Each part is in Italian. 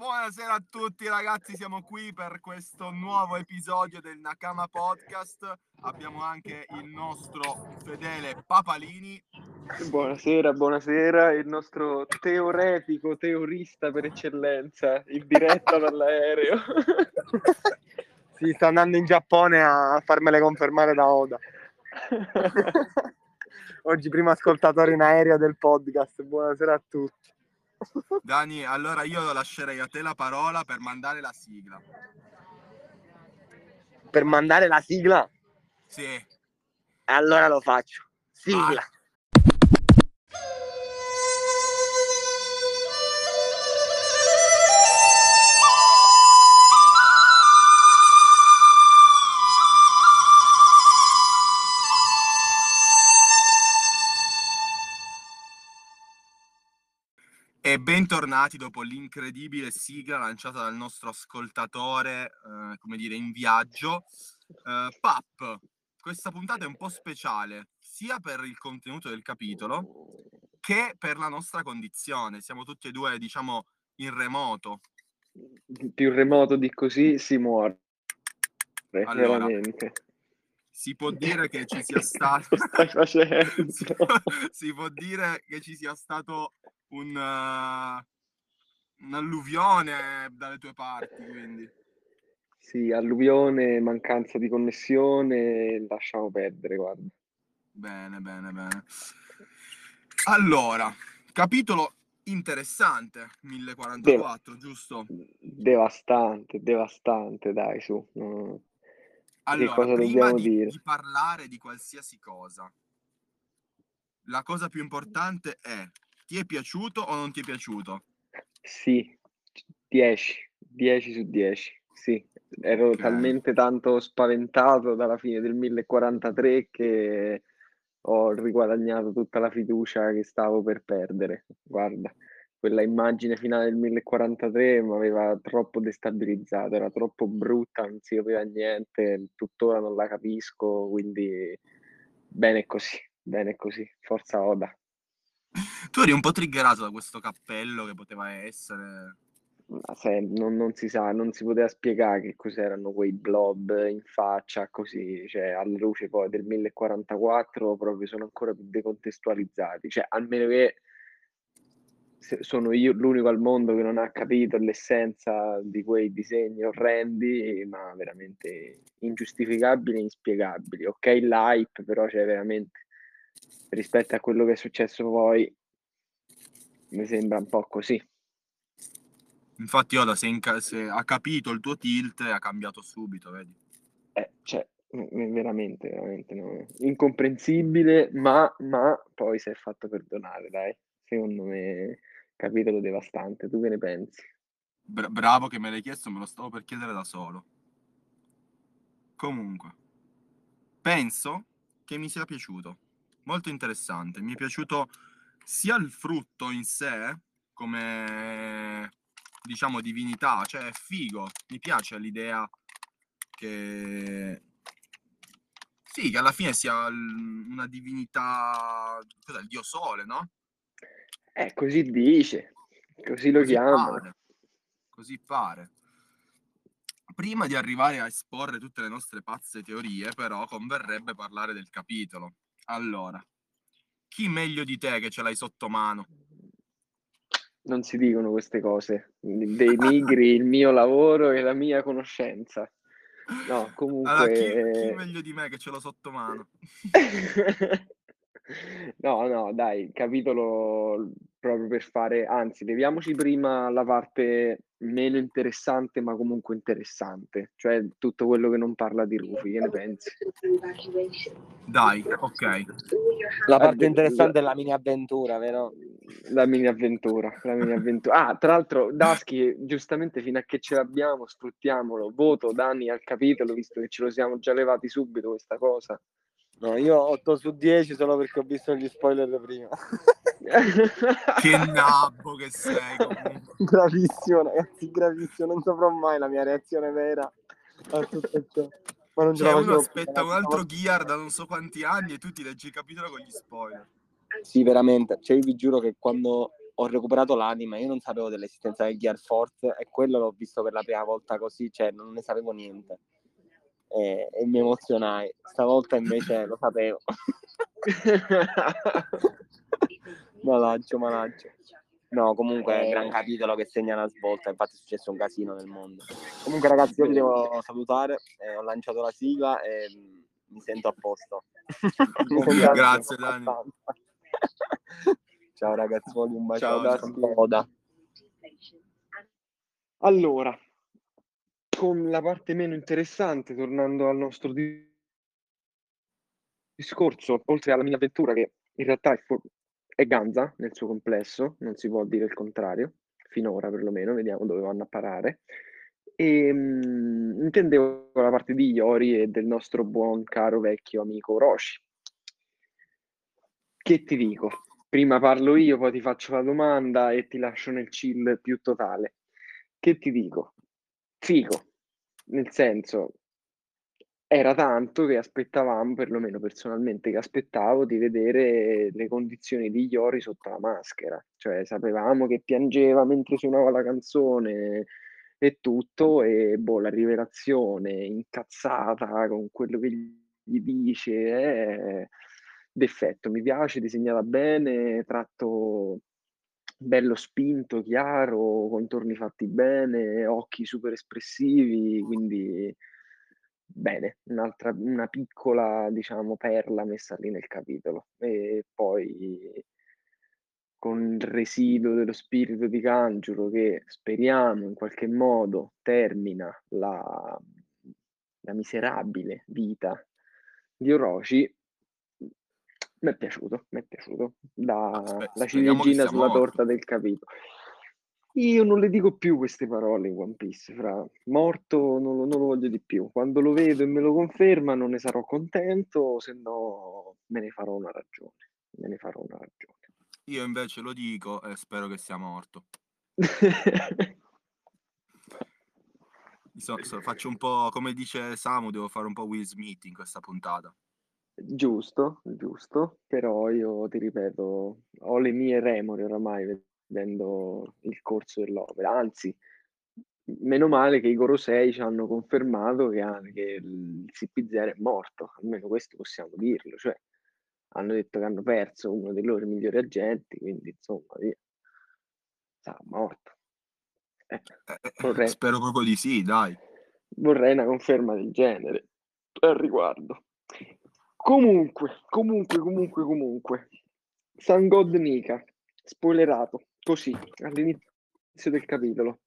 Buonasera a tutti ragazzi, siamo qui per questo nuovo episodio del Nakama Podcast. Abbiamo anche il nostro fedele Papalini. Buonasera, il nostro teorista per eccellenza, in diretta dall'aereo. Sì, sta andando in Giappone a farmele confermare da Oda. Oggi primo ascoltatore in aereo del podcast. Buonasera a tutti. Dani, allora io lascerei a te la parola per mandare la sigla. Per mandare la sigla? Sì. Allora lo faccio. Sigla. Vai. E bentornati dopo l'incredibile sigla lanciata dal nostro ascoltatore, in viaggio. Pap, questa puntata è un po' speciale, sia per il contenuto del capitolo che per la nostra condizione. Siamo tutti e due, diciamo, in remoto. Più remoto di così si muore, Allora, veramente. si può dire che ci sia stato... Cosa stai facendo? Si può dire che ci sia stato un'alluvione dalle tue parti, quindi. Sì, alluvione, mancanza di connessione, lasciamo perdere, guarda. Bene. Allora, capitolo interessante, 1044, giusto? Devastante, dai, su. No. Che Allora, cosa prima dobbiamo dire? di parlare di qualsiasi cosa, la cosa più importante è: ti è piaciuto o non ti è piaciuto? Sì, 10 su 10, sì. Ero Ok. talmente tanto spaventato dalla fine del 1043 che ho riguadagnato tutta la fiducia che stavo per perdere. Guarda, quella immagine finale del 1043 mi aveva troppo destabilizzato, era troppo brutta, non si capiva niente, tuttora non la capisco, quindi bene così, forza Oda. Tu eri un po' triggerato da questo cappello che poteva essere... Ma non si sa, non si poteva spiegare che cos'erano quei blob in faccia, così, cioè alla luce poi del 1044 proprio sono ancora più decontestualizzati, cioè almeno che sono io l'unico al mondo che non ha capito l'essenza di quei disegni orrendi, ma veramente ingiustificabili e inspiegabili. Ok, l'hype, però c'è veramente, rispetto a quello che è successo poi, mi sembra un po' così. Infatti Oda se ha capito il tuo tilt e ha cambiato subito, vedi? Cioè, veramente no. Incomprensibile, ma poi si è fatto perdonare, dai. Secondo me, capitolo devastante. Tu che ne pensi? Bravo che me l'hai chiesto, me lo stavo per chiedere da solo. Comunque, penso che mi sia piaciuto. Molto interessante. Mi è piaciuto sia il frutto in sé, come, diciamo, divinità. Cioè, è figo. Mi piace l'idea che... Sì, che alla fine sia una divinità... Cos'è? Il dio sole, no? Così dice, così lo Così chiamano. pare. Così pare. Prima di arrivare a esporre tutte le nostre pazze teorie, però, converrebbe parlare del capitolo. Allora, chi meglio di te che ce l'hai sotto mano? Non si dicono queste cose. Dei migri, il mio lavoro e la mia conoscenza. No, Allora, chi comunque... meglio di me che ce l'ho sotto mano? No, dai, capitolo proprio per fare, anzi, leviamoci prima la parte meno interessante, ma comunque interessante, cioè tutto quello che non parla di Rufy, che ne pensi? Dai, ok. La parte interessante è la mini avventura, vero? La mini avventura. Ah, tra l'altro, Daschi, giustamente fino a che ce l'abbiamo, sfruttiamolo. Voto Dani al capitolo, visto che ce lo siamo già levati subito questa cosa. No, io 8 su 10 solo perché ho visto gli spoiler prima. Che nabbo che sei comunque. Gravissimo, ragazzi, gravissimo. Non saprò mai la mia reazione vera a tutto ciò. Ma non ce Cioè, la uno facevo più, aspetta un ragazzi. altro Gear da non so quanti anni e tu ti leggi il capitolo con gli spoiler. Sì, veramente. Cioè, io vi giuro che quando ho recuperato l'anima, io non sapevo dell'esistenza del Gear Force e quello l'ho visto per la prima volta così, cioè non ne sapevo niente e mi emozionai. Stavolta invece lo sapevo. Malaccio. No, comunque gran capitolo che segna una svolta, infatti è successo un casino nel mondo. Comunque ragazzi, io vi devo salutare, ho lanciato la sigla e mi sento a posto. Grazie, Dani. Ciao ragazzuoli, un bacio Ciao, da ciao. Spoda. Allora, con la parte meno interessante, tornando al nostro discorso, oltre alla mia avventura, che in realtà è ganza nel suo complesso, non si può dire il contrario, finora perlomeno, vediamo dove vanno a parare. Intendevo la parte di Iori e del nostro buon caro vecchio amico Orochi. Che ti dico? Prima parlo io, poi ti faccio la domanda e ti lascio nel chill più totale. Che ti dico? Figo, nel senso, era tanto che aspettavamo, perlomeno personalmente, che aspettavo di vedere le condizioni di Iori sotto la maschera. Cioè, sapevamo che piangeva mentre suonava la canzone e tutto, e boh, la rivelazione incazzata con quello che gli dice è d'effetto. Mi piace, disegnata bene, tratto bello spinto, chiaro, contorni fatti bene, occhi super espressivi, quindi bene, una piccola, diciamo, perla messa lì nel capitolo. E poi con il residuo dello spirito di Kanjuro che speriamo in qualche modo termina la miserabile vita di Orochi. Mi è piaciuto, la Speriamo che ciliegina sia sulla morto. torta del capitolo. Io non le dico più queste parole in One Piece, fra morto non lo voglio di più. Quando lo vedo e me lo confermano ne sarò contento, se no me ne farò una ragione. Io invece lo dico e spero che sia morto. Faccio un po', come dice Samu, devo fare un po' Will Smith in questa puntata. Giusto, però io ti ripeto, ho le mie remore oramai vedendo il corso dell'opera, anzi, meno male che i Gorosei ci hanno confermato che il CP0 è morto, almeno questo possiamo dirlo, cioè hanno detto che hanno perso uno dei loro migliori agenti, quindi insomma, via, sarà morto. Vorrei, Spero proprio di sì, dai. vorrei una conferma del genere al riguardo. Comunque, Sun God Nika, spoilerato, così, all'inizio del capitolo.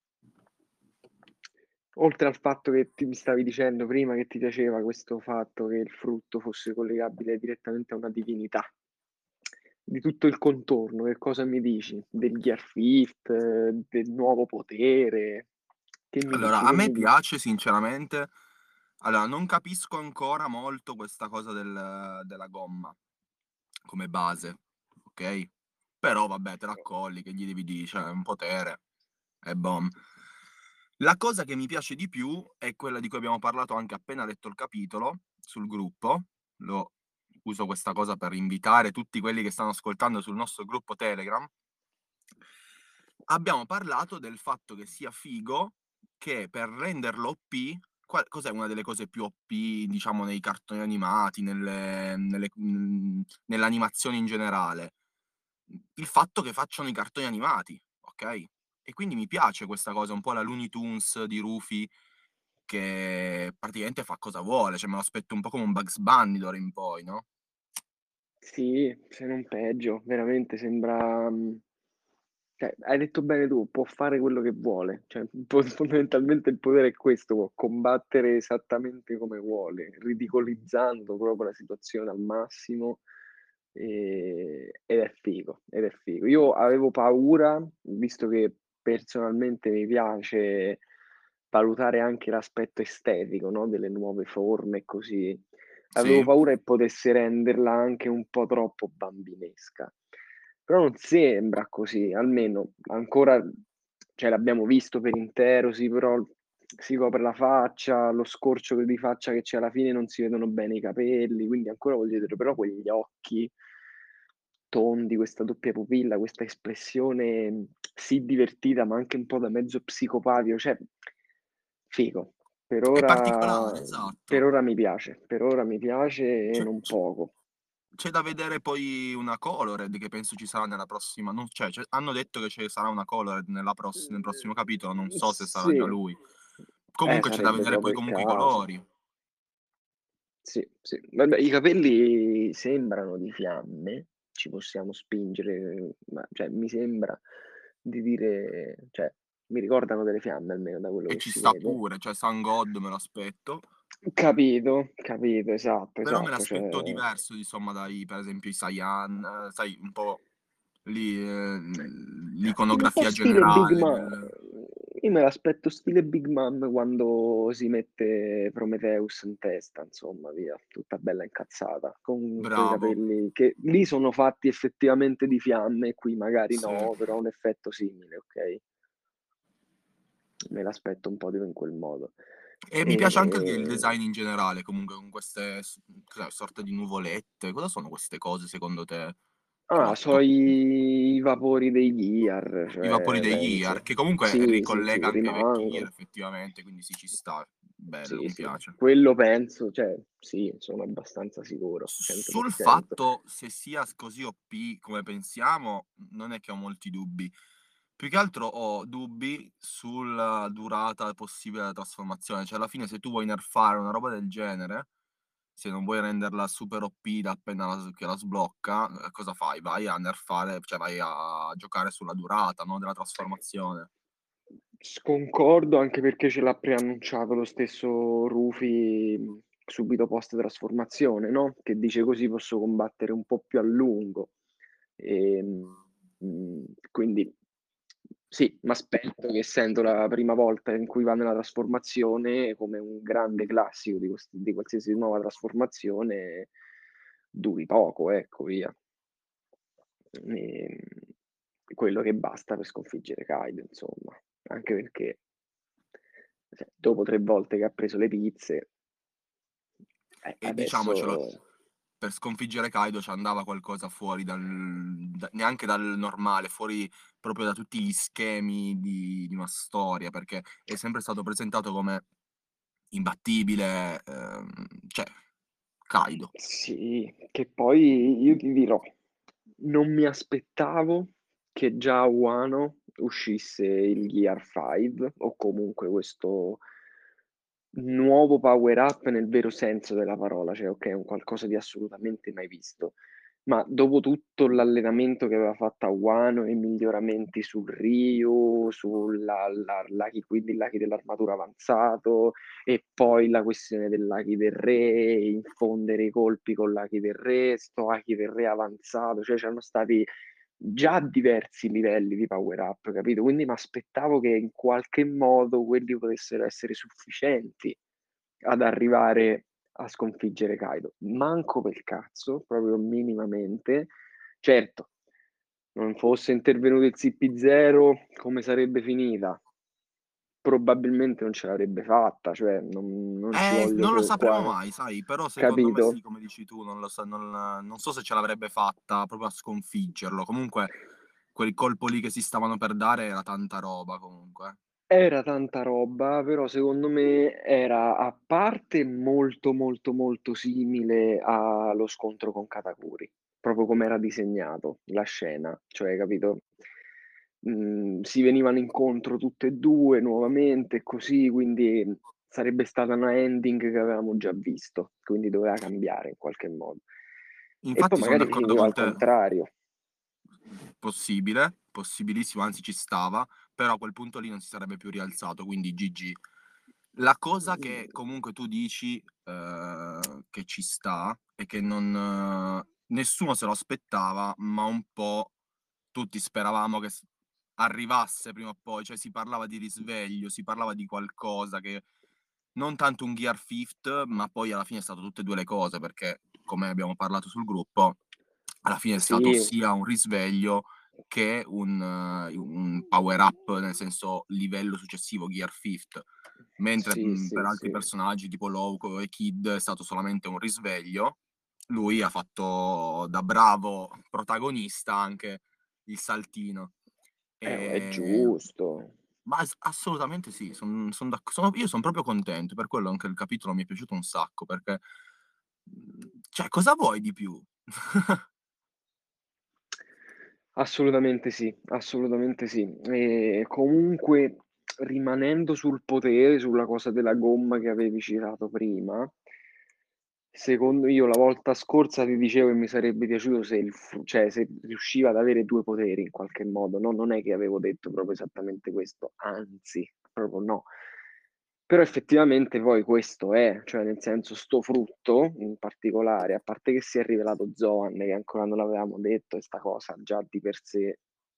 Oltre al fatto che mi stavi dicendo prima che ti piaceva questo fatto che il frutto fosse collegabile direttamente a una divinità, di tutto il contorno, che cosa mi dici? Del Gear Fifth, del nuovo potere? Che mi Allora, dici? a me piace sinceramente. Allora, non capisco ancora molto questa cosa della gomma come base, ok? Però vabbè, te la accolli, che gli devi dire, cioè, è un potere, è bom. La cosa che mi piace di più è quella di cui abbiamo parlato anche appena letto il capitolo sul gruppo. Uso questa cosa per invitare tutti quelli che stanno ascoltando sul nostro gruppo Telegram. Abbiamo parlato del fatto che sia figo che per renderlo OP, cos'è una delle cose più OP, diciamo, nei cartoni animati, nell'animazione in generale? Il fatto che facciano i cartoni animati, ok? E quindi mi piace questa cosa, un po' la Looney Tunes di Rufy, che praticamente fa cosa vuole, cioè me lo aspetto un po' come un Bugs Bunny d'ora in poi, no? Sì, se non peggio, veramente sembra. Cioè, hai detto bene tu, può fare quello che vuole, cioè, fondamentalmente il potere è questo, può combattere esattamente come vuole, ridicolizzando proprio la situazione al massimo, ed è figo, Io avevo paura, visto che personalmente mi piace valutare anche l'aspetto estetico, no, delle nuove forme e così, avevo Sì. paura che potesse renderla anche un po' troppo bambinesca. Però non sembra così, almeno ancora, cioè l'abbiamo visto per intero, sì, però si copre la faccia, lo scorcio di faccia che c'è alla fine non si vedono bene i capelli, quindi ancora voglio vedere, però quegli occhi tondi, questa doppia pupilla, questa espressione sì divertita, ma anche un po' da mezzo psicopatico, cioè figo. Per È ora, particolare, per esatto. ora mi piace e C'è, non poco. c'è da vedere poi una Colored che penso ci sarà nella prossima. Hanno detto che ci sarà una Colored nel prossimo capitolo, non so se sarà già Sì, lui. Comunque c'è da sarebbe vedere poi proprio il comunque i caso. colori. Sì, sì. Vabbè, i capelli sembrano di fiamme, ci possiamo spingere, ma cioè, mi sembra di dire, cioè, mi ricordano delle fiamme almeno da quello E che ci si sta vede. pure, cioè Sun God me lo aspetto. Capito, esatto, Però me esatto. l'aspetto Cioè, diverso, insomma, per esempio, i Saiyan, sai, un po' un po' l'iconografia stile Big generale Mom. del... Io me l'aspetto stile Big Mom quando si mette Prometheus in testa, insomma, via, tutta bella incazzata, con quei Bravo, capelli che lì sono fatti effettivamente di fiamme, qui magari sì. no, però ha un effetto simile, ok? Me l'aspetto un po' in quel modo. E mi piace anche il E... design in generale, comunque, con queste cos'è, sorte di nuvolette. Cosa sono queste cose, secondo te, che lo Ah, so accomunano? i vapori dei Gear, I vapori cioè, degli Gear, penso. che comunque Sì, sì, sì, ricollega anche ai vecchi Gear, rimangono. effettivamente, quindi sì, ci sta. Bello, Sì, mi sì, piace. quello penso, cioè, sì, sono abbastanza sicuro, Sul 100%. fatto se sia così OP come pensiamo, non è che ho molti dubbi. Più che altro ho dubbi sulla durata possibile della trasformazione. Cioè, alla fine, se tu vuoi nerfare una roba del genere, se non vuoi renderla super OP da appena che la sblocca, cosa fai? Vai a nerfare, cioè vai a giocare sulla durata, no? Della trasformazione. Concordo anche perché ce l'ha preannunciato lo stesso Rufy subito post trasformazione, no? Che dice così posso combattere un po' più a lungo. E, quindi sì, mi aspetto che essendo la prima volta in cui va nella trasformazione, come un grande classico di qualsiasi nuova trasformazione, duri poco, ecco, via. E, quello che basta per sconfiggere Kaido, insomma. Anche perché cioè, dopo 3 volte che ha preso le pizze, E diciamocelo, adesso per sconfiggere Kaido ci andava qualcosa fuori neanche dal normale, fuori proprio da tutti gli schemi di una storia, perché è sempre stato presentato come imbattibile, cioè, Kaido. sì, che poi io ti dirò, non mi aspettavo che già a Wano uscisse il Gear 5 o comunque questo nuovo power up nel vero senso della parola, cioè ok, è un qualcosa di assolutamente mai visto. Ma dopo tutto l'allenamento che aveva fatto a Wano e i miglioramenti sul Ryu, quindi il Lucky dell'armatura avanzato, e poi la questione del Lucky del Re, infondere i colpi con Lucky del Re, sto Lucky del Re avanzato, cioè c'erano stati già diversi livelli di power up, capito? Quindi mi aspettavo che in qualche modo quelli potessero essere sufficienti ad arrivare a sconfiggere Kaido. Manco per cazzo, proprio minimamente. Certo, non fosse intervenuto il CP0, come sarebbe finita? Probabilmente non ce l'avrebbe fatta, cioè non ci voglio Non lo sapremo qua, mai, sai, però secondo me capito? sì, come dici tu, non so se ce l'avrebbe fatta proprio a sconfiggerlo. Comunque, quel colpo lì che si stavano per dare era tanta roba, comunque. Era tanta roba, però secondo me era a parte molto molto molto simile allo scontro con Katakuri, proprio come era disegnato la scena, cioè capito? Si venivano incontro tutte e due nuovamente così, quindi sarebbe stata una ending che avevamo già visto, quindi doveva cambiare in qualche modo. E poi Infatti sono magari d'accordo finiva con al te. contrario. Possibile, possibilissimo, anzi ci stava, però a quel punto lì non si sarebbe più rialzato, quindi GG. La cosa che comunque tu dici che ci sta e che nessuno se lo aspettava, ma un po' tutti speravamo che arrivasse prima o poi, cioè si parlava di risveglio, si parlava di qualcosa che non tanto un Gear Fifth, ma poi alla fine è stato tutte e due le cose, perché come abbiamo parlato sul gruppo, alla fine è stato Sì, sia un risveglio che un power up, nel senso livello successivo, Gear Fifth, mentre sì, per sì, altri sì. personaggi tipo Loco e Kid è stato solamente un risveglio, lui ha fatto da bravo protagonista anche il saltino. È Ehm, giusto. ma assolutamente sì, io son proprio contento, per quello anche il capitolo mi è piaciuto un sacco, perché, cioè cosa vuoi di più? Assolutamente sì, assolutamente sì. Comunque rimanendo sul potere, sulla cosa della gomma che avevi citato prima, secondo io la volta scorsa ti dicevo che mi sarebbe piaciuto se cioè se riusciva ad avere 2 poteri in qualche modo, no, non è che avevo detto proprio esattamente questo, anzi, proprio no. Però effettivamente poi questo è, cioè nel senso sto frutto in particolare, a parte che si è rivelato Zoan, che ancora non l'avevamo detto, e sta cosa già di per sé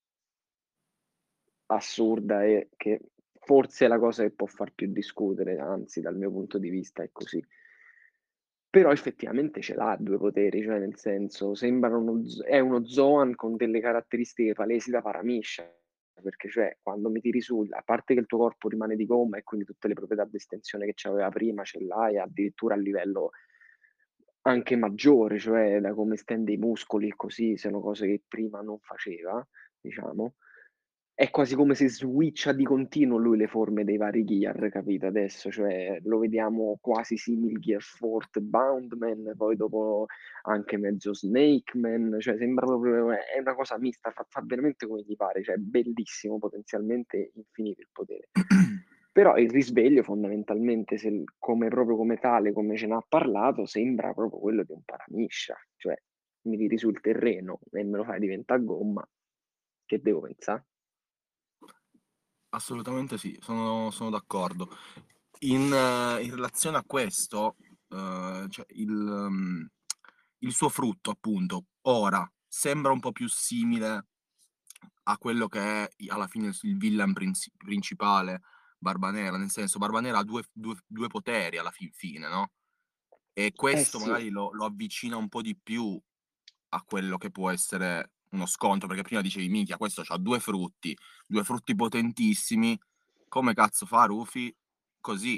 assurda e che forse è la cosa che può far più discutere, anzi dal mio punto di vista è così. Però effettivamente ce l'ha 2 poteri, cioè nel senso sembra è uno Zoan con delle caratteristiche palesi da Paramiscia, perché cioè quando mi tiri su a parte che il tuo corpo rimane di gomma e quindi tutte le proprietà d'estensione che c'aveva prima ce l'hai addirittura a livello anche maggiore, cioè da come stende i muscoli e così, sono cose che prima non faceva, diciamo. È quasi come se switcha di continuo lui le forme dei vari gear, capito adesso? Cioè lo vediamo quasi simil Gear Fort Boundman, poi dopo anche mezzo Snakeman, cioè sembra proprio è una cosa mista, fa veramente come gli pare, cioè è bellissimo, potenzialmente infinito il potere. Però il risveglio fondamentalmente, se come proprio come tale, come ce n'ha parlato, sembra proprio quello di un Paramiscia, cioè mi tiri sul terreno e me lo fai diventare gomma, che devo pensare? Assolutamente sì, sono d'accordo. In relazione a questo, cioè il suo frutto appunto, ora sembra un po' più simile a quello che è i alla fine il villain principale, Barba Nera, nel senso Barba Nera ha 2 poteri alla fine, no, e Eh questo sì, magari lo avvicina un po' di più a quello che può essere uno scontro, perché prima dicevi: "Minchia, questo c'ha 2 frutti potentissimi, come cazzo fa Rufy?" Così.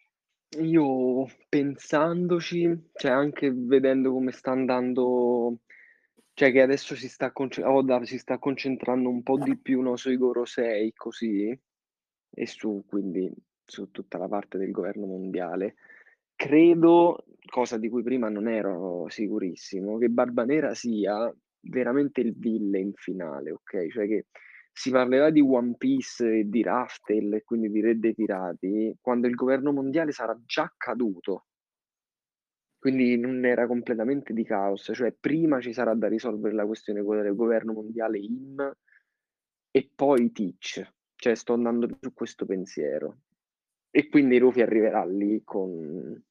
io pensandoci, cioè anche vedendo come sta andando, cioè che adesso Oda si sta concentrando un po' di più, no, sui Gorosei così, e su quindi su tutta la parte del governo mondiale. Credo, cosa di cui prima non ero sicurissimo, che Barbanera sia veramente il villain finale, ok? Cioè che si parlerà di One Piece e di Raftel e quindi di Re dei Pirati quando il governo mondiale sarà già caduto. Quindi non era completamente di caos, cioè prima ci sarà da risolvere la questione quella del governo mondiale IM e poi Teach. Cioè sto andando su questo pensiero. E quindi Rufy arriverà lì con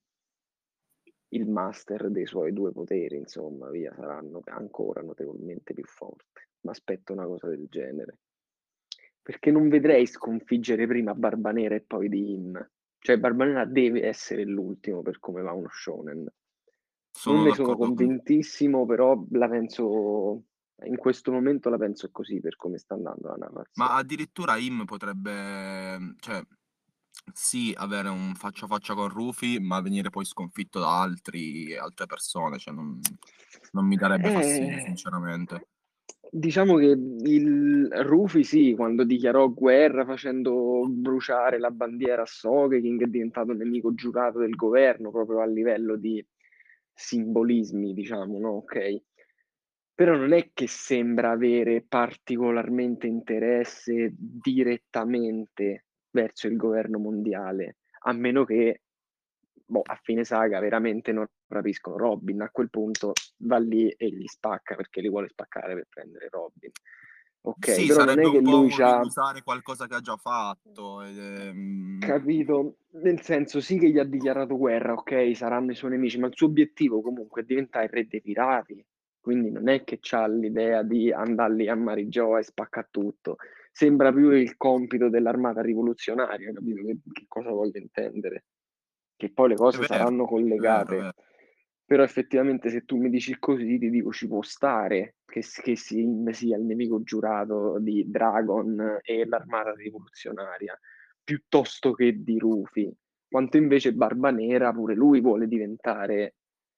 il master dei suoi 2 poteri, insomma, via, saranno ancora notevolmente più forti. M'aspetto una cosa del genere. Perché non vedrei sconfiggere prima Barbanera e poi di Im. Cioè Barbanera deve essere l'ultimo per come va uno shonen. Non Sono ne sono d'accordo con te. convintissimo, però la penso in questo momento la penso così per come sta andando la Ma narrazione. addirittura Im potrebbe, cioè, sì, avere un faccia a faccia con Rufy, ma venire poi sconfitto da altre persone, cioè non mi darebbe fastidio Eh, sinceramente. diciamo che il Rufy sì, quando dichiarò guerra facendo bruciare la bandiera a Sogeking è diventato un nemico giurato del governo proprio a livello di simbolismi, diciamo, no? Ok. Però non è che sembra avere particolarmente interesse direttamente verso il governo mondiale, a meno che, boh, a fine saga veramente non rapiscono Robin. A quel punto va lì e gli spacca perché li vuole spaccare per prendere Robin. Ok, Sì, però non sarebbe è che un po' lui un c'ha riusare qualcosa che ha già fatto capito, nel senso sì che gli ha dichiarato guerra, ok, saranno i suoi nemici, ma il suo obiettivo comunque è diventare il re dei pirati, quindi non è che c'ha l'idea di andare lì a Marigioa e spacca tutto, sembra più il compito dell'armata rivoluzionaria, capito che cosa voglio intendere? Che poi le è cose vero, saranno è vero, è collegate, vero. però effettivamente se tu mi dici così ti dico ci può stare che sia il nemico giurato di Dragon e l'armata rivoluzionaria piuttosto che di Rufy, quanto invece Barba Nera pure lui vuole diventare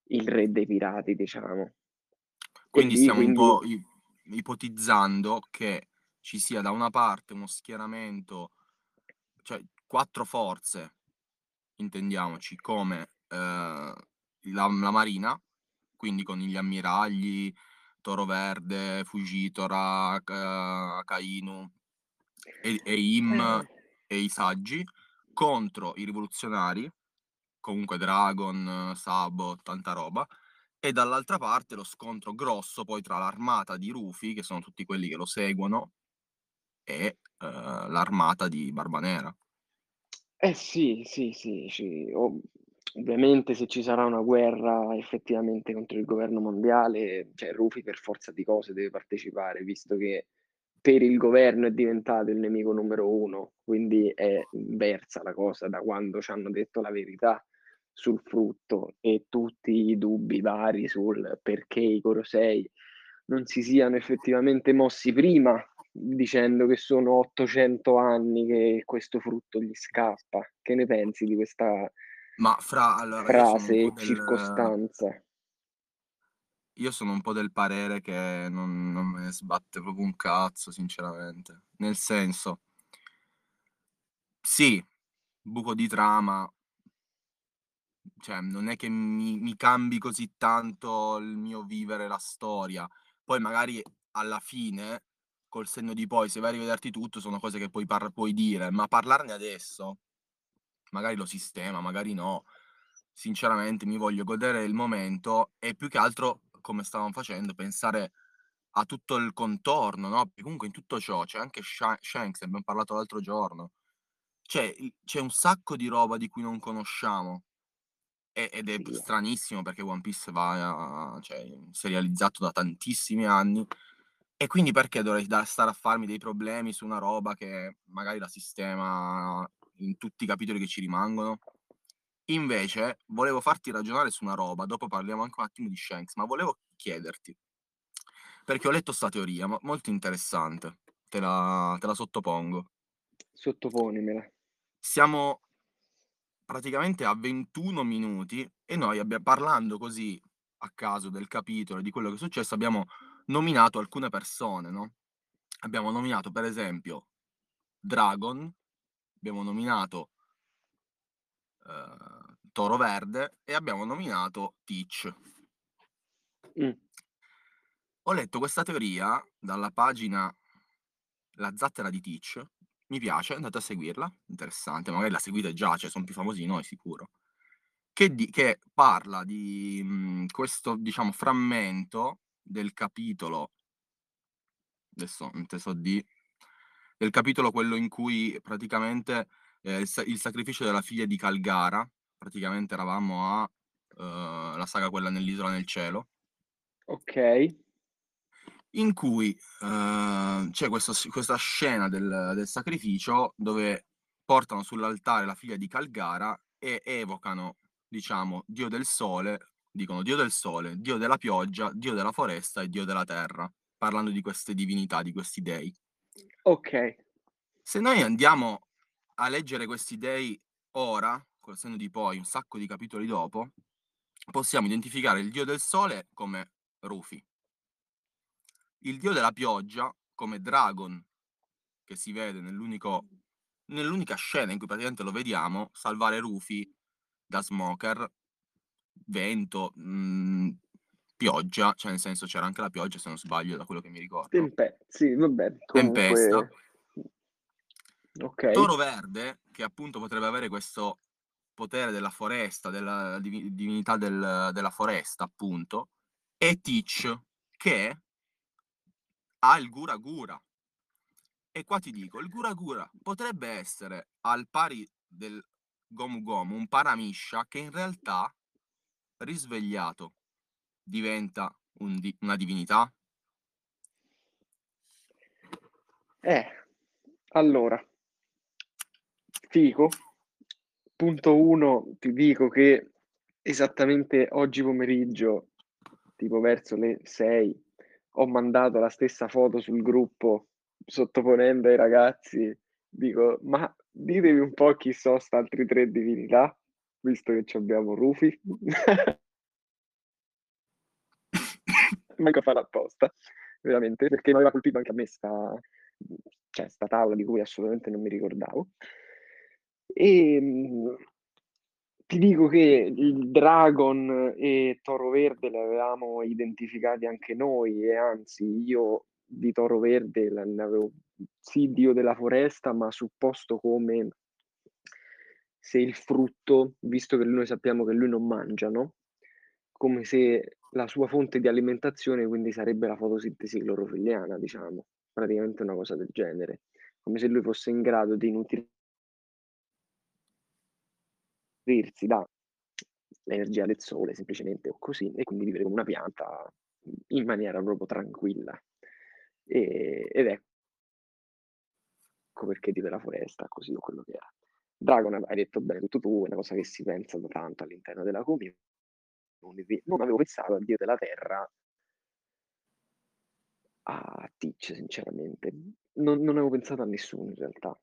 il re dei pirati, diciamo. E Quindi lì stiamo un quindi po' ipotizzando che ci sia da una parte uno schieramento, cioè 4 forze, intendiamoci, come la Marina, quindi con gli ammiragli, Toro Verde, Fugitora, Akainu e Im eh, e i saggi, contro i rivoluzionari, comunque Dragon, Sabo, tanta roba, e dall'altra parte lo scontro grosso poi tra l'armata di Rufy, che sono tutti quelli che lo seguono, e l'armata di Barbanera. sì, ovviamente se ci sarà una guerra effettivamente contro il governo mondiale, cioè Rufy per forza di cose deve partecipare, visto che per il governo è diventato il nemico numero uno, quindi è inversa la cosa da quando ci hanno detto la verità sul frutto e tutti i dubbi vari sul perché i Corosei non si siano effettivamente mossi prima, dicendo che sono 800 anni che questo frutto gli scappa. Che ne pensi di questa Ma allora frase e circostanza? io sono un po' del parere che non me ne sbatte proprio un cazzo, sinceramente. Nel senso, sì, buco di trama, cioè non è che mi cambi così tanto il mio vivere la storia. Poi magari alla fine, col senno di poi, se vai a rivederti tutto, sono cose che puoi dire, ma parlarne adesso, magari lo sistema, magari no. Sinceramente mi voglio godere il momento e più che altro, come stavamo facendo, pensare a tutto il contorno, no? Perché comunque in tutto ciò c'è anche Shanks, ne abbiam parlato l'altro giorno. C'è un sacco di roba di cui non conosciamo. Ed è Sì, stranissimo perché One Piece cioè, serializzato da tantissimi anni. E quindi perché dovrei stare a farmi dei problemi su una roba che magari la sistema in tutti i capitoli che ci rimangono? Invece, volevo farti ragionare su una roba, dopo parliamo anche un attimo di Shanks, ma volevo chiederti, perché ho letto sta teoria, molto interessante, te la sottopongo. sottoponimela. Siamo praticamente a 21 minuti e noi parlando così a caso del capitolo e di quello che è successo, abbiamo nominato alcune persone, no? Abbiamo nominato per esempio Dragon, abbiamo nominato Toro Verde e abbiamo nominato Teach. Mm, Ho letto questa teoria dalla pagina La zattera di Teach, mi piace, andate a seguirla, interessante, magari la seguite già, cioè sono più famosi di noi sicuro. Che parla di questo, diciamo, frammento del capitolo, adesso non te so del capitolo quello in cui praticamente il sacrificio della figlia di Calgara, praticamente eravamo a la saga quella nell'isola nel cielo, ok, in cui c'è questa scena del sacrificio dove portano sull'altare la figlia di Calgara e evocano, diciamo, Dio del sole, dicono Dio del sole, Dio della pioggia, Dio della foresta e Dio della terra, parlando di queste divinità, di questi dei. ok. Se noi andiamo a leggere questi dei ora, col senno di poi, un sacco di capitoli dopo, possiamo identificare il dio del sole come Rufy, il dio della pioggia come Dragon, che si vede nell'unica scena in cui praticamente lo vediamo salvare Rufy da Smoker, vento, pioggia, cioè nel senso c'era anche la pioggia se non sbaglio da quello che mi ricordo, Sì, vabbè, tempesta. comunque, ok. Toro Verde, che appunto potrebbe avere questo potere della foresta, della divinità della foresta, appunto, e Teach, che ha il Gura Gura. E qua ti dico, il Gura Gura potrebbe essere al pari del Gomu Gomu, un paramiscia che in realtà, risvegliato, diventa una divinità. Eh, allora, fico. Punto uno, ti dico che esattamente oggi pomeriggio, tipo verso le 6, ho mandato la stessa foto sul gruppo sottoponendo ai ragazzi, dico, ma ditemi un po' chi sono sta altri tre divinità, visto che ci abbiamo Rufy. manco a farlo apposta, veramente, perché mi aveva colpito anche a me sta tavola di cui assolutamente non mi ricordavo. Ti dico che il Dragon e Toro Verde li avevamo identificati anche noi, e anzi io di Toro Verde ne avevo, sì, Dio della foresta, ma supposto come se il frutto, visto che noi sappiamo che lui non mangia, no? Come se la sua fonte di alimentazione quindi sarebbe la fotosintesi clorofilliana, diciamo, praticamente una cosa del genere, come se lui fosse in grado di nutrirsi dall'energia del sole semplicemente o così, e quindi vivere come una pianta in maniera proprio tranquilla. Ed ecco perché Dio della foresta, così o quello che era. Dragon, hai detto bene tutto tu, è una cosa che si pensa da tanto all'interno della community. Non avevo pensato al Dio della terra, a Teach, sinceramente. Non avevo pensato a nessuno in realtà.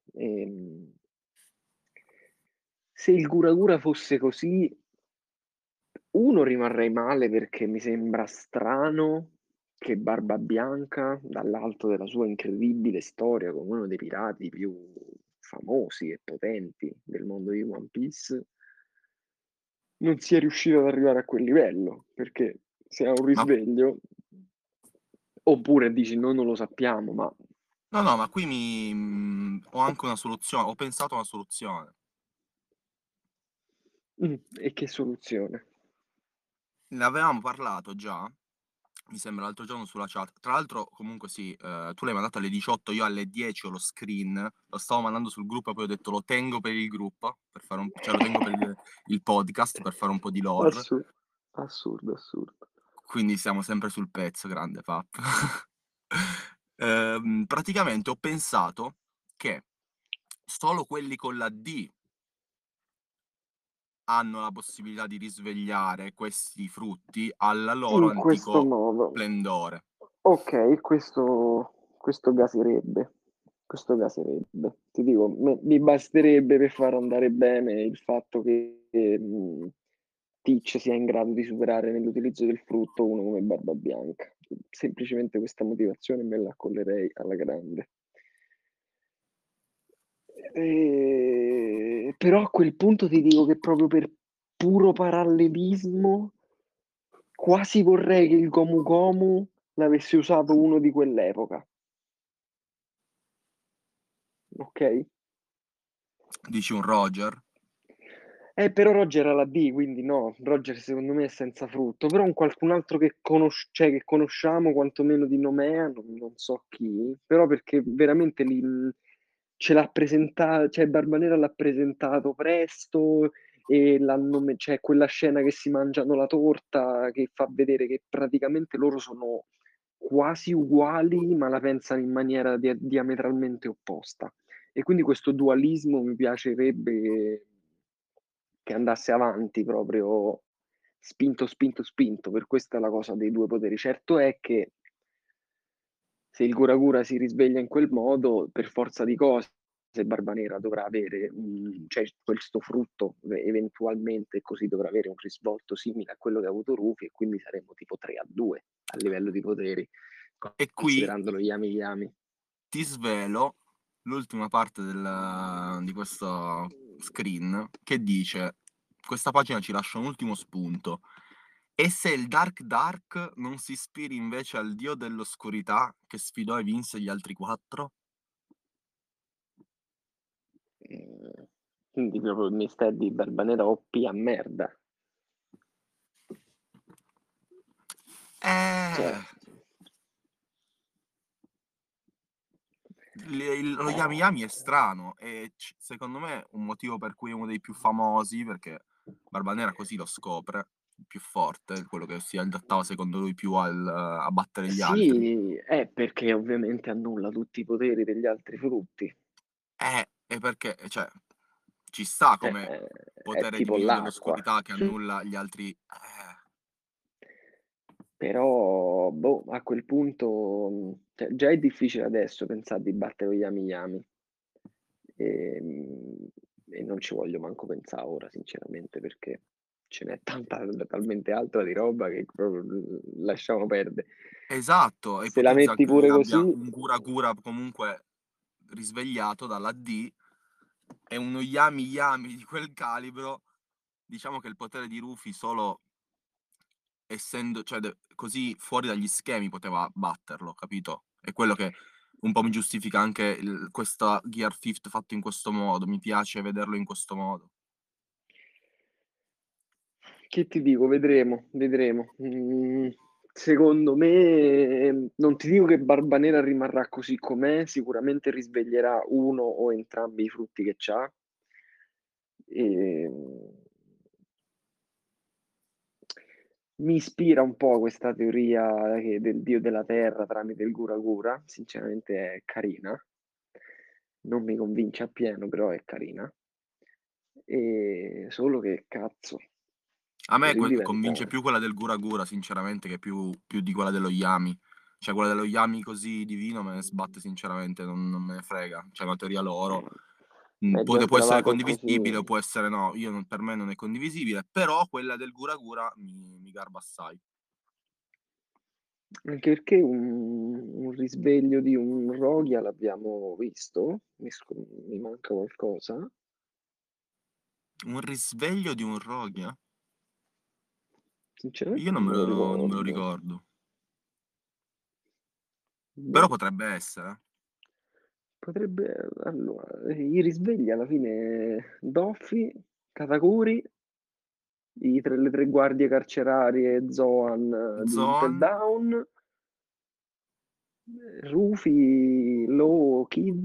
Se il Guragura fosse così, uno rimarrei male perché mi sembra strano che Barba Bianca, dall'alto della sua incredibile storia come uno dei pirati più famosi e potenti del mondo di One Piece, non sia riuscito ad arrivare a quel livello, perché se ha un Ma risveglio, oppure dici noi non lo sappiamo, ma no, ma qui ho anche una soluzione, ho pensato a una soluzione. E che soluzione? Ne avevamo parlato già, mi sembra l'altro giorno sulla chat. Tra l'altro, comunque sì, tu l'hai mandato alle 18, io alle 10 ho lo screen, lo stavo mandando sul gruppo e poi ho detto lo tengo per il gruppo, cioè lo tengo per il podcast, per fare un po' di lore. Assurdo, assurdo, assurdo. Quindi siamo sempre sul pezzo, grande Pap. Praticamente ho pensato che solo quelli con la D hanno la possibilità di risvegliare questi frutti al loro In questo antico modo. splendore. Ok, questo gaserebbe. Questo gaserebbe. Ti dico, mi basterebbe per far andare bene il fatto che Teach sia in grado di superare nell'utilizzo del frutto uno come Barba Bianca. Semplicemente questa motivazione me la accollerei alla grande. Però a quel punto ti dico che proprio per puro parallelismo quasi vorrei che il Gomu Gomu l'avesse usato uno di quell'epoca. Ok? Dici un Roger? Però Roger ha la D, quindi no, Roger secondo me è senza frutto, però un qualcun altro che, che conosciamo quantomeno di Nomea, non so chi, però perché veramente ce l'ha presentato, cioè Barbanera l'ha presentato presto e c'è quella scena che si mangiano la torta che fa vedere che praticamente loro sono quasi uguali ma la pensano in maniera diametralmente opposta. E quindi questo dualismo mi piacerebbe che andasse avanti proprio spinto, spinto, spinto. Per questa è la cosa dei due poteri. Certo è che se il Guragura si risveglia in quel modo, per forza di cose, Barbanera dovrà avere cioè, questo frutto eventualmente, così dovrà avere un risvolto simile a quello che ha avuto Rufy, e quindi saremo tipo 3-2 a livello di poteri, E qui considerando lo Yami Yami. ti svelo l'ultima parte di questo screen che dice: questa pagina ci lascia un ultimo spunto. E se il Dark Dark non si ispiri invece al dio dell'oscurità che sfidò e vinse gli altri 4? Quindi proprio il mister di Barbanera OP a merda. Cioè, Eh, lo Yami Yami è strano e secondo me è un motivo per cui è uno dei più famosi, perché Barbanera così lo scopre, il più forte, quello che si adattava secondo lui più a battere gli altri. sì, è perché ovviamente annulla tutti i poteri degli altri frutti. È perché, cioè, ci sta come È potere tipo divino l'acqua. dell'oscurità che annulla gli altri. Però, boh, a quel punto, cioè, già è difficile adesso pensare di battere lo Yami Yami. E non ci voglio manco pensare ora, sinceramente, perché ce n'è talmente altra di roba che proprio lasciamo perdere. Esatto, Se la ipotizza metti che pure abbia così, un Gura comunque risvegliato dalla D e uno Yami di quel calibro, diciamo che il potere di Rufy solo essendo, cioè così fuori dagli schemi poteva batterlo, capito? È quello che un po' mi giustifica anche questa Gear Fifth fatto in questo modo, mi piace vederlo in questo modo. che ti dico, vedremo. Secondo me, non ti dico che Barbanera rimarrà così com'è, sicuramente risveglierà uno o entrambi i frutti che c'ha. E... Mi ispira un po' questa teoria del dio della terra tramite il Gura, sinceramente è carina. Non mi convince appieno, però è carina. E solo che cazzo, A me così diventa. convince più quella del Gura, sinceramente, che più di quella dello Yami. Cioè, quella dello Yami così divino me ne sbatte, sinceramente, non me ne frega. C'è una teoria loro. È già Può essere travato così. condivisibile o può essere no. Per me non è condivisibile, però quella del Gura mi garba assai. Anche perché un risveglio di un Rogia l'abbiamo visto? Mi manca qualcosa? Un risveglio di un Rogia? Io Sinceramente non me lo non me lo ricordo. ricordo. Però Boh. potrebbe essere. Potrebbe. Allora, i risvegli alla fine Doffi, Katakuri, le tre guardie carcerarie Zoan di Impel Zoan? Down, Rufy, Law, Kid,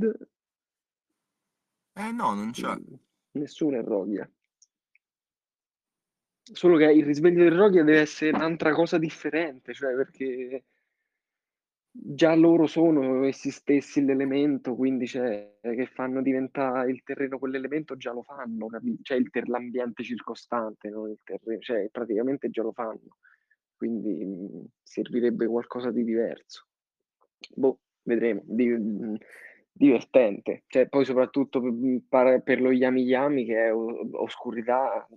No, non c'è. nessuno è Rogia. Solo che il risveglio del Rogia deve essere un'altra cosa differente, cioè perché già loro sono essi stessi l'elemento, quindi che fanno diventare il terreno quell'elemento, già lo fanno, cioè l'ambiente circostante, non il terreno, cioè praticamente già lo fanno, quindi servirebbe qualcosa di diverso. Boh, vedremo, divertente, cioè poi soprattutto per lo Yami Yami che è oscurità,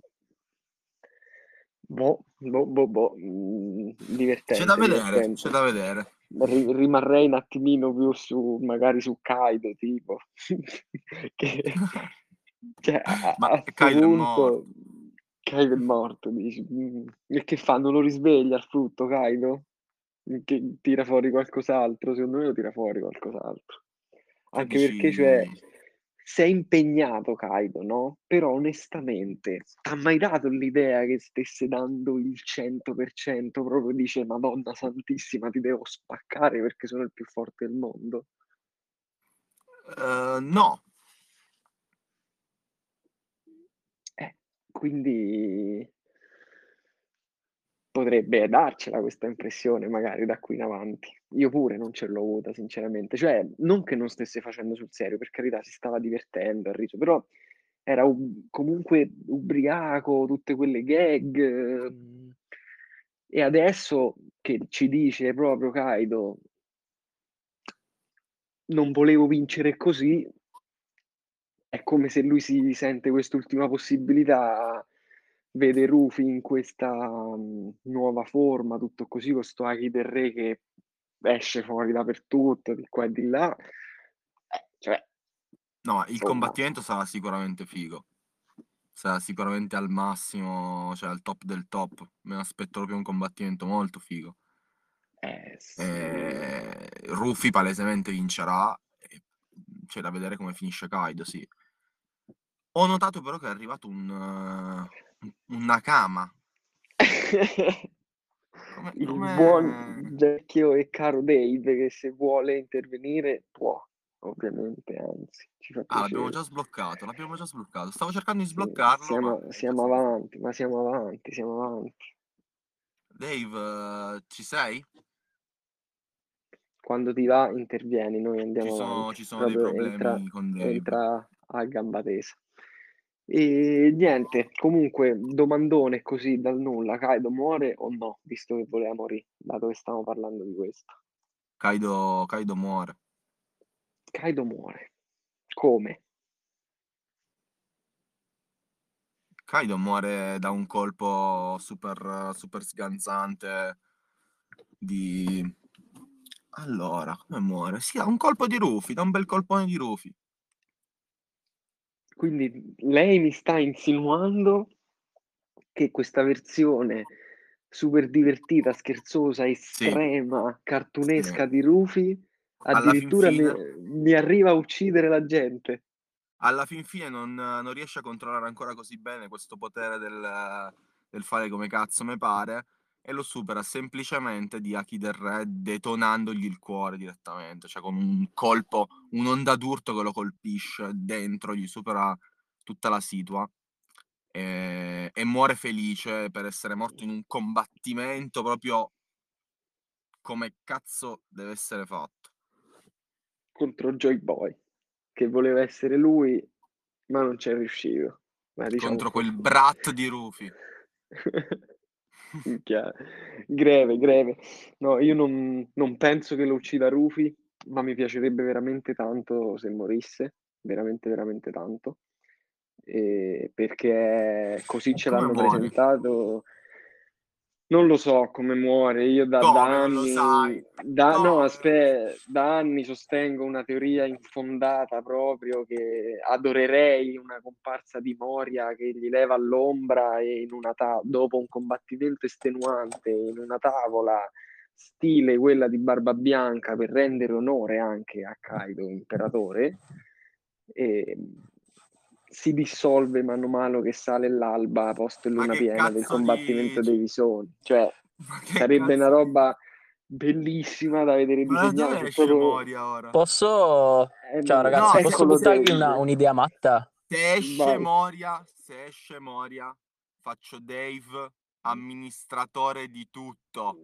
C'è da divertente, vedere, c'è divertente. da vedere. Rimarrei un attimino più magari su Kaido, tipo, che, cioè, Ma a sto Kaido è punto, morto. Kaido è morto, dici, e che fa? Non lo risveglia il frutto, Kaido? Che tira fuori qualcos'altro? Secondo me lo tira fuori qualcos'altro. Tu Anche perché, cioè, dici... si è impegnato Kaido, no? Però onestamente, ha mai dato l'idea che stesse dando il 100%? Proprio dice, Madonna Santissima, ti devo spaccare perché sono il più forte del mondo. No. Quindi potrebbe darcela questa impressione magari da qui in avanti. Io pure non ce l'ho avuta, sinceramente. Cioè, non che non stesse facendo sul serio, per carità, si stava divertendo, ha riso, però era comunque ubriaco, tutte quelle gag. E adesso che ci dice proprio Kaido, non volevo vincere così, è come se lui si sente quest'ultima possibilità, vede Rufy in questa nuova forma, tutto così, con sto Aki del Re che esce fuori dappertutto, di qua e di là. Cioè, No, il insomma, combattimento sarà sicuramente figo. Sarà sicuramente al massimo, cioè al top del top. Me ne aspetto proprio un combattimento molto figo. sì. Rufy palesemente vincerà. C'è da vedere come finisce Kaido, sì. Ho notato però che è arrivato un Nakama. Il buon, Come... vecchio e caro Dave che se vuole intervenire può, ovviamente, anzi, ci fa Ah, piacere. l'abbiamo già sbloccato. Stavo cercando di Sì, sbloccarlo, ma è già siamo stato avanti, sbloccato. ma siamo avanti. Dave, ci sei? Quando ti va, intervieni, noi andiamo avanti. Ci sono dei Proprio entra, problemi con Dave. entra a gamba tesa. E niente, comunque, domandone così dal nulla, Kaido muore o no? Visto che voleva morire, dato che stiamo parlando di questo. Kaido muore. Kaido muore. Come? Kaido muore da un colpo super sganzante di... Allora, come muore? Sì, da un colpo di Rufy, da un bel colpone di Rufy. Quindi lei mi sta insinuando che questa versione super divertita, scherzosa, Sì, estrema, sì. cartunesca di Rufy Alla fin addirittura fine, mi arriva a uccidere la gente. non riesce a controllare ancora così bene questo potere del fare come cazzo me pare e lo supera semplicemente di Haki del Re detonandogli il cuore direttamente, cioè con un colpo, un'onda d'urto che lo colpisce dentro, gli supera tutta la situa e muore felice per essere morto in un combattimento proprio come cazzo deve essere fatto. Contro Joy Boy, che voleva essere lui, ma non c'è riuscito. Ma diciamo Contro quel così. brat di Rufy. Minchia. Greve, greve. No, io non penso che lo uccida Rufy, ma mi piacerebbe veramente tanto se morisse, veramente, veramente tanto. Perché così E ce come l'hanno muore? presentato. Non lo so come muore, io da Come non lo anni, sai? Come non lo sai? da anni sostengo una teoria infondata proprio che adorerei una comparsa di Moria che gli leva l'ombra e dopo un combattimento estenuante in una tavola stile quella di Barba Bianca per rendere onore anche a Kaido, imperatore, e si dissolve mano a mano che sale l'alba post Ma luna che piena del cazzo combattimento dei dici? visoni. Cioè, Ma che sarebbe una cazzo dici? roba bellissima da vedere Ma da disegnata. dove C'è esce proprio... Moria ora? Posso... Ciao ragazzi, No, posso Eccolo buttarvi Dave. un'idea matta? Vai. Se esce Moria, faccio Dave amministratore di tutto.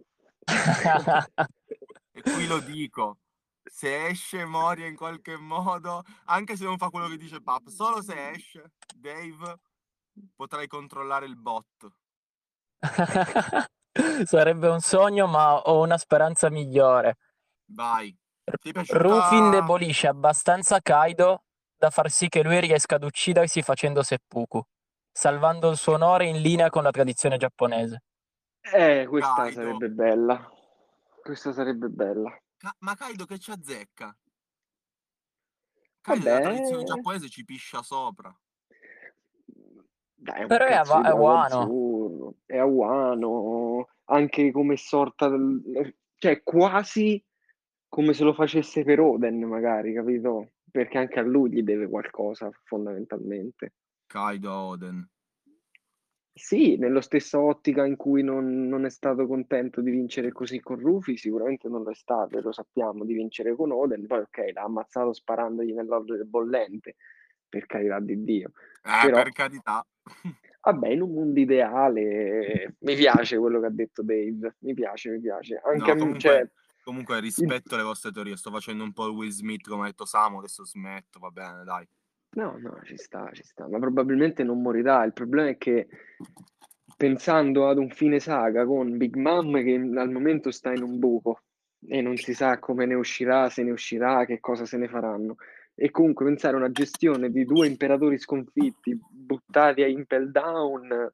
E qui lo dico. Se esce Moria in qualche modo, anche se non fa quello che dice Pap, solo se esce, Dave, potrai controllare il bot. Sarebbe un sogno, ma ho una speranza migliore. Vai. Ti è Ruffy piaciuta? indebolisce abbastanza Kaido da far sì che lui riesca ad uccidersi facendo seppuku, salvando il suo onore in linea con la tradizione giapponese. Questa Kaido. sarebbe bella. Questa sarebbe bella. Ma Kaido che ci azzecca? Kaido della tradizione Vabbè, giapponese ci piscia sopra. dai, è un Però pezzo di È drago Wano. azzurro, è a Wano, anche come sorta, cioè quasi come se lo facesse per Oden, magari, capito? Perché anche a lui gli deve qualcosa, fondamentalmente. Kaido Oden. Sì, nello stessa ottica in cui non è stato contento di vincere così con Rufy, sicuramente non lo è stato, e lo sappiamo, di vincere con Oden, poi ok, l'ha ammazzato sparandogli nell'olio bollente, per carità di Dio. Però, Per carità. vabbè, in un mondo ideale mi piace quello che ha detto Dave, mi piace, mi piace. Anche No, a me, cioè, comunque il- rispetto le vostre teorie. Sto facendo un po' il Will Smith come ha detto Samu, adesso smetto, va bene, dai. no, no, ci sta, ma probabilmente non morirà. Il problema è che pensando ad un fine saga con Big Mom che al momento sta in un buco e non si sa come ne uscirà, se ne uscirà, che cosa se ne faranno. E comunque pensare a una gestione di due imperatori sconfitti, buttati a Impel Down,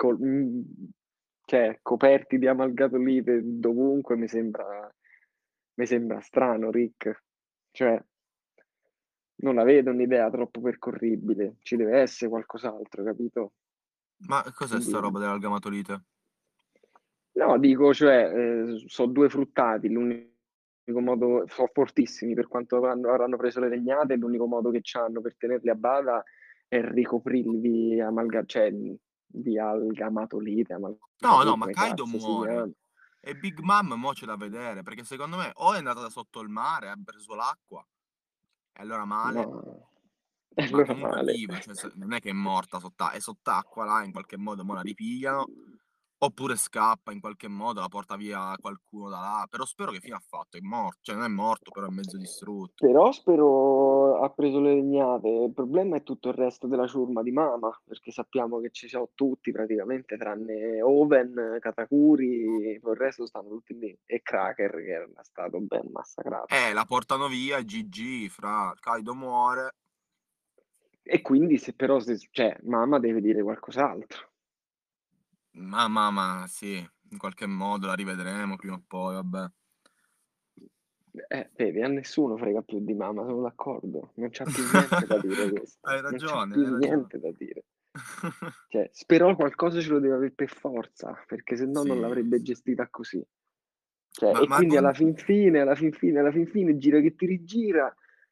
cioè coperti di amalgatolite dovunque, mi sembra strano, Rick. Cioè, non la vedo un'idea troppo percorribile, ci deve essere qualcos'altro, capito? Ma cos'è sta Quindi, roba dell'algamatolite? no, dico, cioè, sono due fruttati, l'unico modo, sono fortissimi per quanto avranno preso le legnate, l'unico modo che hanno per tenerli a bada è ricoprirli cioè, di algamatolite, No, no, amalgatosi, ma come Kaido cazzo si chiama. muore. E Big Mom mo c'è da vedere, perché secondo me o è andata da sotto il mare, ha preso l'acqua, e allora male, No, è ma allora comunque male. viva, cioè non è che è morta è sott'acqua là, in qualche modo mo la ripigliano, oppure scappa in qualche modo, la porta via qualcuno da là, però spero che fine ha fatto, è morto, cioè non è morto, però è mezzo distrutto. Però spero ha preso le legnate. Il problema è tutto il resto della ciurma di Mama, perché sappiamo che ci sono tutti praticamente, tranne Oven, Katakuri, poi il resto stanno tutti lì. E Cracker che era stato ben massacrato. La portano via, GG, fra Kaido muore. E quindi se però cioè, mamma deve dire qualcos'altro. Ma sì, in qualche modo la rivedremo prima o poi, vabbè. Vedi, a nessuno frega più di mamma, sono d'accordo. Non c'ha più niente da dire questo. Hai Non c'ha ragione, più hai ragione. niente da dire. Cioè, però qualcosa ce lo deve avere per forza, perché se no non Sì, l'avrebbe sì. gestita così. Cioè, Ma e quindi alla argomenti... fin fine, gira che ti rigira,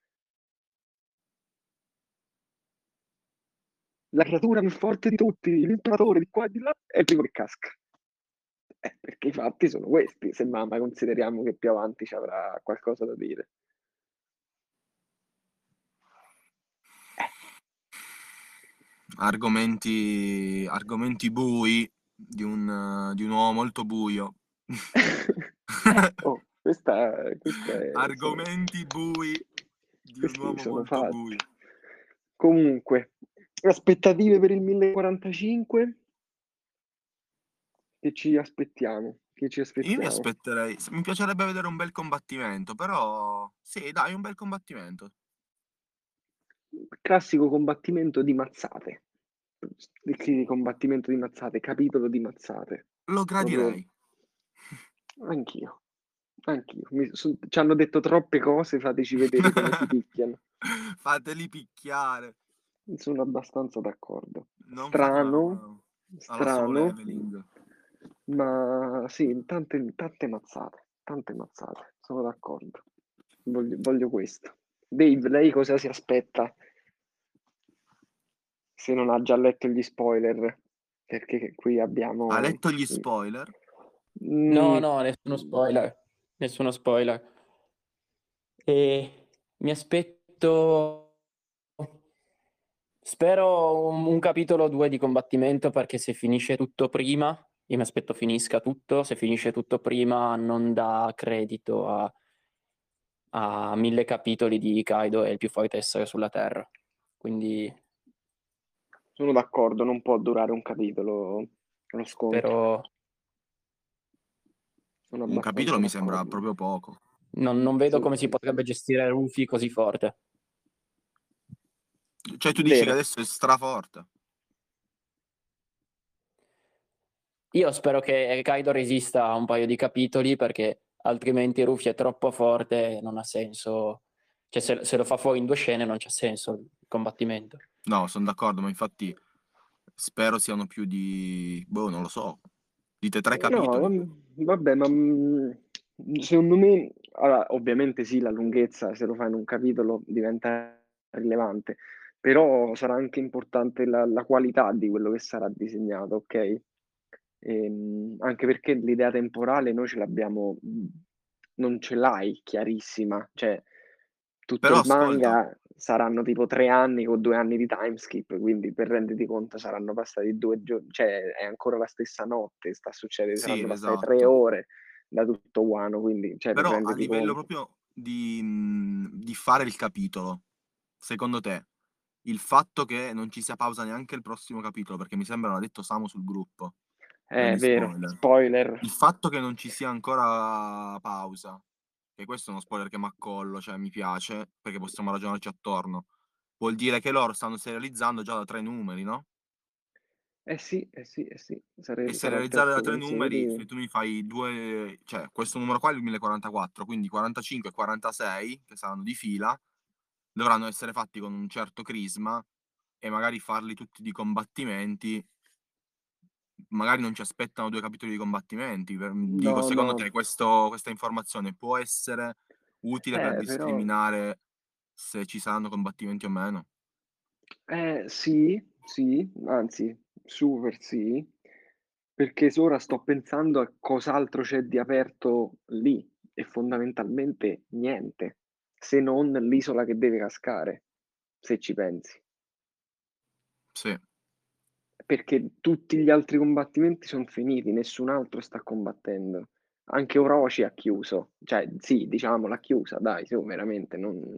la creatura più forte di tutti, l'imperatore di qua e di là, è il primo che casca. Perché i fatti sono questi, se mamma consideriamo che più avanti ci avrà qualcosa da dire. argomenti bui di un uomo molto buio. Oh, questa Argomenti bui di un questi uomo sono molto fatti. buio. Comunque, aspettative per il 1045? Che ci aspettiamo? Che ci Io mi aspettiamo? aspetterei, mi piacerebbe vedere un bel combattimento, però sì, dai, un bel combattimento. Classico combattimento di mazzate. Il combattimento di mazzate, capitolo di mazzate. Lo Proprio gradirei. anch'io. Anch'io. Ci hanno detto troppe cose, fateci vedere come si picchiano. Fateli picchiare. Sono abbastanza d'accordo. Non fate una Strano, roba alla Solo strano, Leveling. ma sì, tante mazzate, sono d'accordo. Voglio questo. Dave, lei cosa si aspetta? Se non ha già letto gli spoiler, perché qui Ha abbiamo... letto gli spoiler? Mm, No, nessuno spoiler. Nessuno spoiler. E mi aspetto. Spero un capitolo 2 di combattimento, perché se finisce tutto prima, io mi aspetto finisca tutto, se finisce tutto prima non dà credito a 1000 capitoli di Kaido è il più forte essere sulla Terra. Quindi sono d'accordo, non può durare un capitolo lo scontro. spero. Sono Un capitolo abbastanza mi sembra d'accordo. proprio poco. Non vedo Sì, come si sì, sì. potrebbe gestire Rufy così forte. Cioè tu dici che Vero. adesso è straforte. Io spero che Kaido resista a un paio di capitoli, perché altrimenti Rufy è troppo forte e non ha senso. Cioè, se lo fa fuori in 2 scene non c'ha senso il combattimento. No, sono d'accordo, ma infatti spero siano più di... Boh, non lo so. Dite 3 No, capitoli. vabbè, ma secondo me, allora, ovviamente sì, la lunghezza, se lo fai in un capitolo diventa rilevante, però sarà anche importante la qualità di quello che sarà disegnato, ok? Anche perché l'idea temporale noi ce l'abbiamo, non ce l'hai chiarissima, cioè tutto Però il ascolta, manga saranno tipo 3 anni con 2 anni di timeskip, quindi per renderti conto saranno passati 2 giorni, cioè è ancora la stessa notte, sta succedendo, sì, saranno passate tre esatto. ore da tutto Wano, quindi cioè per Però a renderti livello conto. proprio di fare il capitolo, secondo te, il fatto che non ci sia pausa neanche il prossimo capitolo, perché mi sembra l'ha detto Samu sul gruppo, È negli vero, spoiler. spoiler. Il fatto che non ci sia ancora pausa, che questo è uno spoiler che mi accollo, cioè mi piace, perché possiamo ragionarci attorno, vuol dire che loro stanno serializzando già da 3 numeri, no? Eh sì, eh sì, eh sì, E sarà il serializzare da terzo 3 numeri, conseguitivo. se tu mi fai due, cioè questo numero qua è il 1044, quindi 45 e 46, che saranno di fila, dovranno essere fatti con un certo crisma e magari farli tutti di combattimenti. Magari non ci aspettano 2 capitoli di combattimenti. Dico, No, secondo te no, questa informazione può essere utile per però discriminare se ci saranno combattimenti o meno? sì, sì, anzi, super sì, perché ora sto pensando a cos'altro c'è di aperto lì e fondamentalmente niente, se non l'isola che deve cascare, se ci pensi, Sì. perché tutti gli altri combattimenti sono finiti, nessun altro sta combattendo. Anche Orochi ha chiuso, cioè sì, diciamo l'ha chiusa, dai, su, veramente non...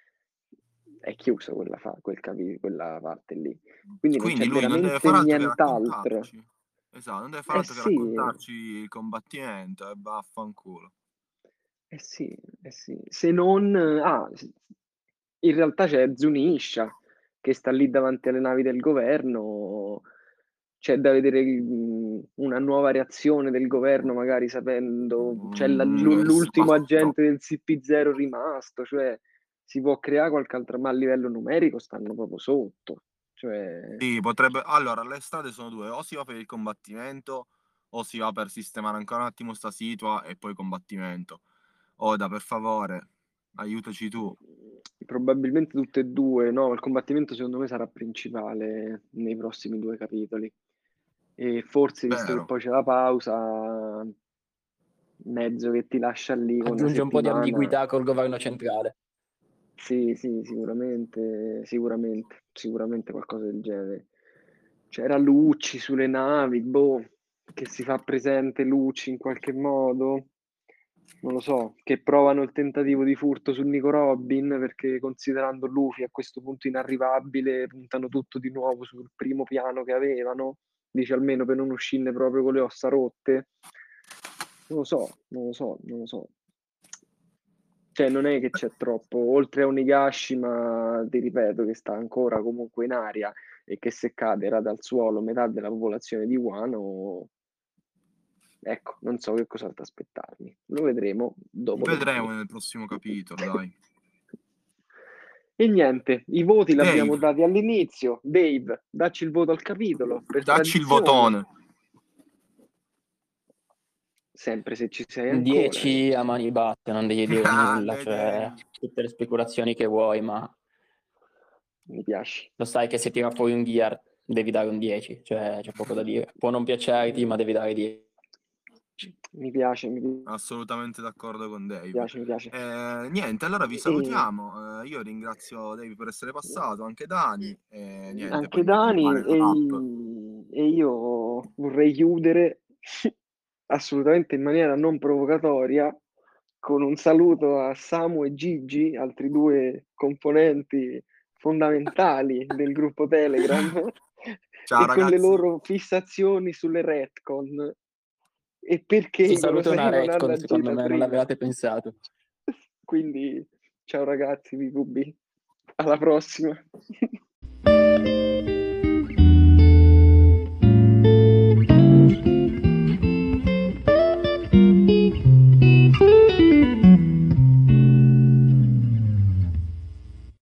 è chiuso quella parte lì. Quindi non c'è Quindi lui non deve veramente fare altro che nient'altro. raccontarci. Esatto, non deve fare Eh altro che sì, raccontarci il combattimento e vaffanculo. eh sì, eh sì. Se non... in realtà c'è Zunisha, che sta lì davanti alle navi del governo. C'è da vedere una nuova reazione del governo, magari sapendo c'è l'ultimo esatto. agente del CP0 rimasto, cioè si può creare qualche altra, ma a livello numerico stanno proprio sotto. Cioè, Sì, potrebbe. Allora, le strade sono due: o si va per il combattimento, o si va per sistemare ancora un attimo sta situa e poi combattimento. Oda, per favore, aiutaci tu. probabilmente tutte e due, no? Il combattimento secondo me sarà principale nei prossimi 2 capitoli. E forse, visto che Spero. poi c'è la pausa, mezzo che ti lascia lì con una Aggiunge un po' di settimana. ambiguità col governo centrale. Sì, sicuramente qualcosa del genere. C'era Lucci sulle navi, boh, che si fa presente Lucci in qualche modo, non lo so, che provano il tentativo di furto su Nico Robin, perché considerando Luffy a questo punto inarrivabile, puntano tutto di nuovo sul primo piano che avevano, dice almeno per non uscirne proprio con le ossa rotte. Non lo so. Cioè, non è che c'è troppo, oltre a Onigashi, ma ti ripeto che sta ancora comunque in aria e che se cade era dal suolo metà della popolazione di Wano, ecco, non so che cos'altro aspettarmi. Lo vedremo dopo Vedremo domani. nel prossimo capitolo, dai. E niente, i voti l'abbiamo Dave, dati all'inizio. Dave, dacci il voto al capitolo, per dacci il tradizione. votone. Sempre se ci sei Un ancora. 10 a mani basse, non devi dire nulla, Grande, cioè Dave. tutte le speculazioni che vuoi, ma Mi piace. lo sai che se tira fuori un Gear devi dare un 10, cioè c'è poco da dire. Può non piacerti, ma devi dare 10. Mi piace. Assolutamente d'accordo con Dave. Mi piace. Niente, allora vi E- salutiamo. Io ringrazio Dave per essere passato, anche Dani. Niente, Anche poi andiamo a fare Dani il wrap. e io vorrei chiudere assolutamente in maniera non provocatoria con un saluto a Samu e Gigi, altri 2 componenti fondamentali del gruppo Telegram Ciao e con le ragazzi. loro fissazioni sulle retcon e perché Si i saluta una Gorosei non hanno retcon, secondo agito me, non prima. l'avevate pensato. Quindi ciao ragazzi, VQB, alla prossima.